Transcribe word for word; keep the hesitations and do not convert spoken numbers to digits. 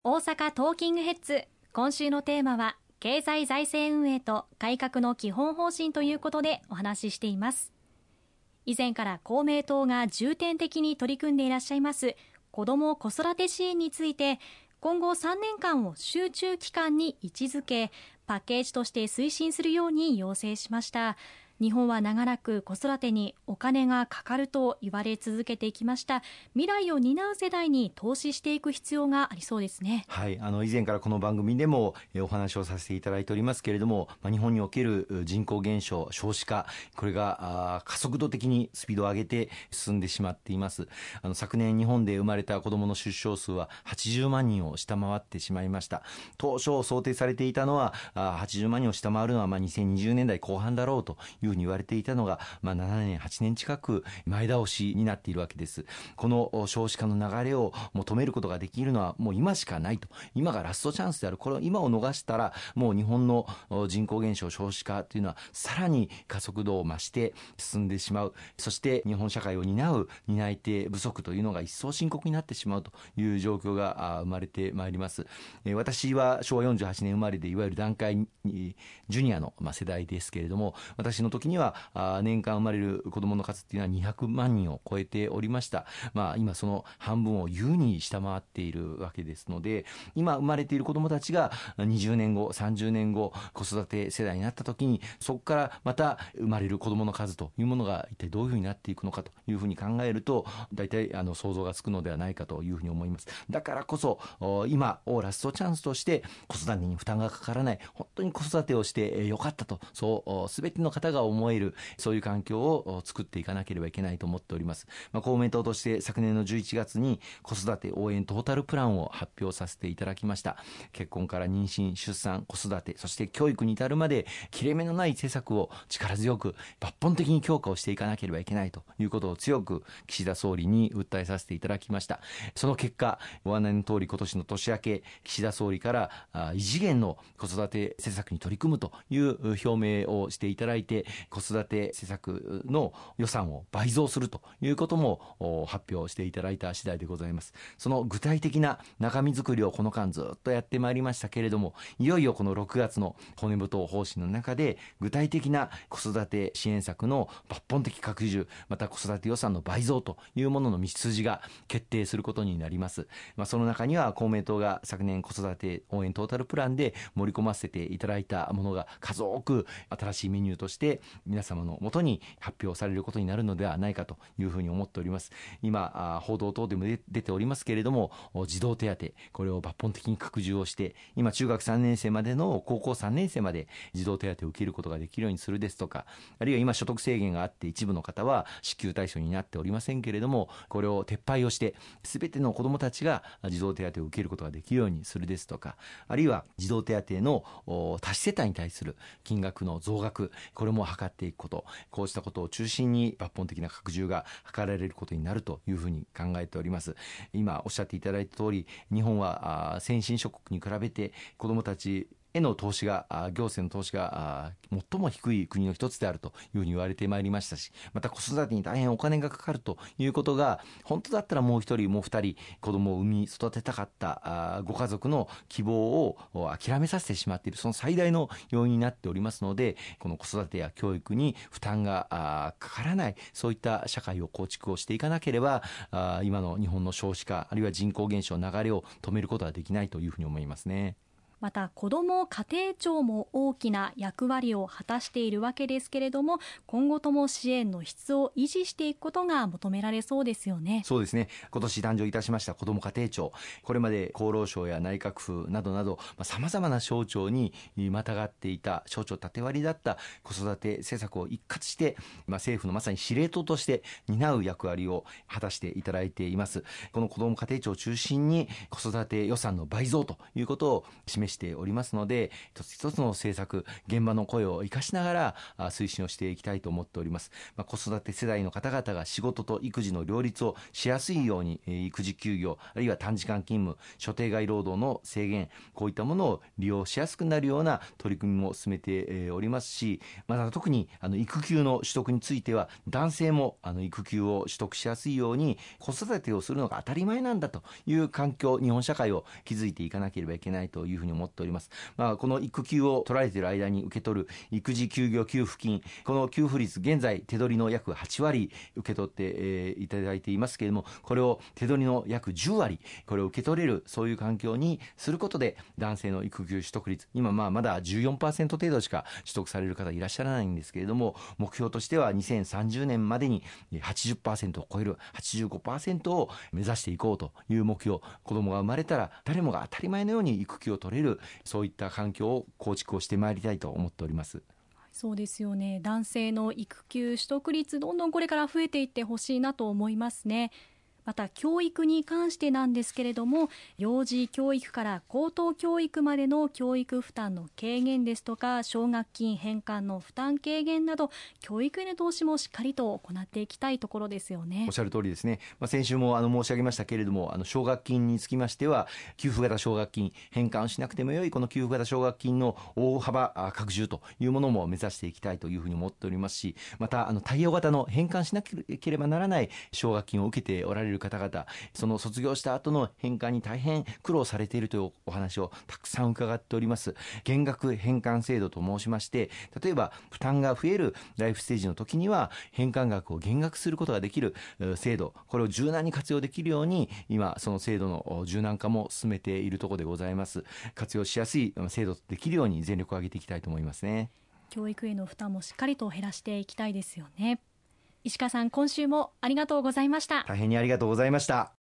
大阪トーキングヘッズ、今週のテーマは経済財政運営と改革の基本方針ということでお話ししています。以前から公明党が重点的に取り組んでいらっしゃいます子ども子育て支援について、今後さんねんかんを集中期間に位置づけ、パッケージとして推進するように要請しました。日本は長らく子育てにお金がかかると言われ続けてきました。未来を担う世代に投資していく必要がありそうですね。 はい、あの以前からこの番組でもお話をさせていただいておりますけれども、まあ、日本における人口減少、少子化、これが加速度的にスピードを上げて進んでしまっています。あの昨年日本で生まれた子どもの出生数ははちじゅうまんにんを下回ってしまいました。当初想定されていたのははちじゅうまんにんを下回るのはまあにせんにじゅうねんだいこう半だろうというふうに言われていたのが、まあ、ななねんはちねん近く前倒しになっているわけです。この少子化の流れをもう止めることができるのはもう今しかないと、今がラストチャンスである。これを今を逃したらもう日本の人口減少、少子化というのはさらに加速度を増して進んでしまう。そして日本社会を担う担い手不足というのが一層深刻になってしまうという状況が生まれてまいります。私はしょうわよんじゅうはちねん生まれで、いわゆる団塊ジュニアの世代ですけれども、私の時には年間生まれる子どもの数っていうのはにひゃくまんにんを超えておりました。まあ、今その半分を優に下回っているわけですので、今生まれている子どもたちがにじゅうねんご、さんじゅうねんご子育て世代になった時に、そこからまた生まれる子どもの数というものが一体どういうふうになっていくのかというふうに考えると、大体あの想像がつくのではないかというふうに思います。だからこそ今をラストチャンスとして、子育てに負担がかからない、本当に子育てをしてよかったと、そう全ての方が思える、そういう環境を作っていかなければいけないと思っております。まあ、公明党として昨年のじゅういちがつに子育て応援トータルプランを発表させていただきました。結婚から妊娠、出産、子育て、そして教育に至るまで切れ目のない施策を力強く抜本的に強化をしていかなければいけないということを強く岸田総理に訴えさせていただきました。その結果、ご案内の通り今年の年明け、岸田総理から異次元の子育て施策に取り組むという表明をしていただいて、子育て施策の予算を倍増するということも発表していただいた次第でございます。その具体的な中身作りをこの間ずっとやってまいりましたけれども、いよいよこのろくがつの骨太方針の中で具体的な子育て支援策の抜本的拡充、また子育て予算の倍増というものの道筋が決定することになります。まあ、その中には公明党が昨年子育て応援トータルプランで盛り込ませていただいたものが数多く新しいメニューとして皆様のもとに発表されることになるのではないかというふうに思っております。今報道等でも出ておりますけれども、児童手当、これを抜本的に拡充をして、今中学さんねんせいまでの高校さんねんせいまで児童手当を受けることができるようにするですとか、あるいは今所得制限があって一部の方は支給対象になっておりませんけれども、これを撤廃をして全ての子どもたちが児童手当を受けることができるようにするですとか、あるいは児童手当の多子世帯に対する金額の増額、これも図っていくこと、こうしたことを中心に抜本的な拡充が図られることになるというふうに考えております。今おっしゃっていただいた通り、日本は先進諸国に比べて子どもたちへの投資が、行政の投資が最も低い国の一つであるというふうに言われてまいりましたし、また子育てに大変お金がかかるということが、本当だったらもう一人もう二人子供を産み育てたかったご家族の希望を諦めさせてしまっている、その最大の要因になっておりますので、この子育てや教育に負担がかからない、そういった社会を構築をしていかなければ、今の日本の少子化、あるいは人口減少の流れを止めることはできないというふうに思いますね。 また子ども家庭庁も大きな役割を果たしているわけですけれども、今後とも支援の質を維持していくことが求められそうですよね。 そうですね。今年誕生いたしました子ども家庭庁、これまで厚労省や内閣府などなどさまざまな省庁にまたがっていた、省庁縦割りだった子育て政策を一括して、まあ、政府のまさに司令塔として担う役割を果たしていただいています。この子ども家庭庁を中心に子育て予算の倍増ということを示して示しておりますので、一つ一つの政策、現場の声を生かしながら推進をしていきたいと思っております。まあ、子育て世代の方々が仕事と育児の両立をしやすいように、育児休業、あるいは短時間勤務、所定外労働の制限、こういったものを利用しやすくなるような取り組みも進めておりますし、また特にあの育休の取得については、男性もあの育休を取得しやすいように、子育てをするのが当たり前なんだという環境、日本社会を築いていかなければいけないというふうに思っております。まあ、この育休を取られている間に受け取る育児休業給付金、この給付率、現在手取りの約はちわり受け取って、えー、いただいていますけれども、これを手取りの約じゅうわり、これを受け取れる、そういう環境にすることで、男性の育休取得率、今まあまだ じゅうよんパーセント 程度しか取得される方いらっしゃらないんですけれども、目標としてはにせんさんじゅうねんまでに はちじゅっパーセント を超える はちじゅうごパーセント を目指していこうという目標、子供が生まれたら誰もが当たり前のように育休を取れる、そういった環境を構築をしてまいりたいと思っております。 そうですよね。男性の育休取得率、どんどんこれから増えていってほしいなと思いますね。また教育に関してなんですけれども、幼児教育から高等教育までの教育負担の軽減ですとか、奨学金返還の負担軽減など、教育への投資もしっかりと行っていきたいところですよね。 おっしゃる通りですね。まあ、先週もあの申し上げましたけれども、あの奨学金につきましては、給付型奨学金返還しなくてもよいこの給付型奨学金の大幅拡充というものも目指していきたいというふうに思っておりますし、またあの対応型の返還しなければならない奨学金を受けておられる方々、その卒業した後の返還に大変苦労されているというお話をたくさん伺っております。減額返還制度と申しまして、例えば負担が増えるライフステージの時には返還額を減額することができる制度、これを柔軟に活用できるように、今その制度の柔軟化も進めているところでございます。活用しやすい制度できるように全力を挙げていきたいと思いますね。 教育への負担もしっかりと減らしていきたいですよね。石川さん、今週もありがとうございました。 大変にありがとうございました。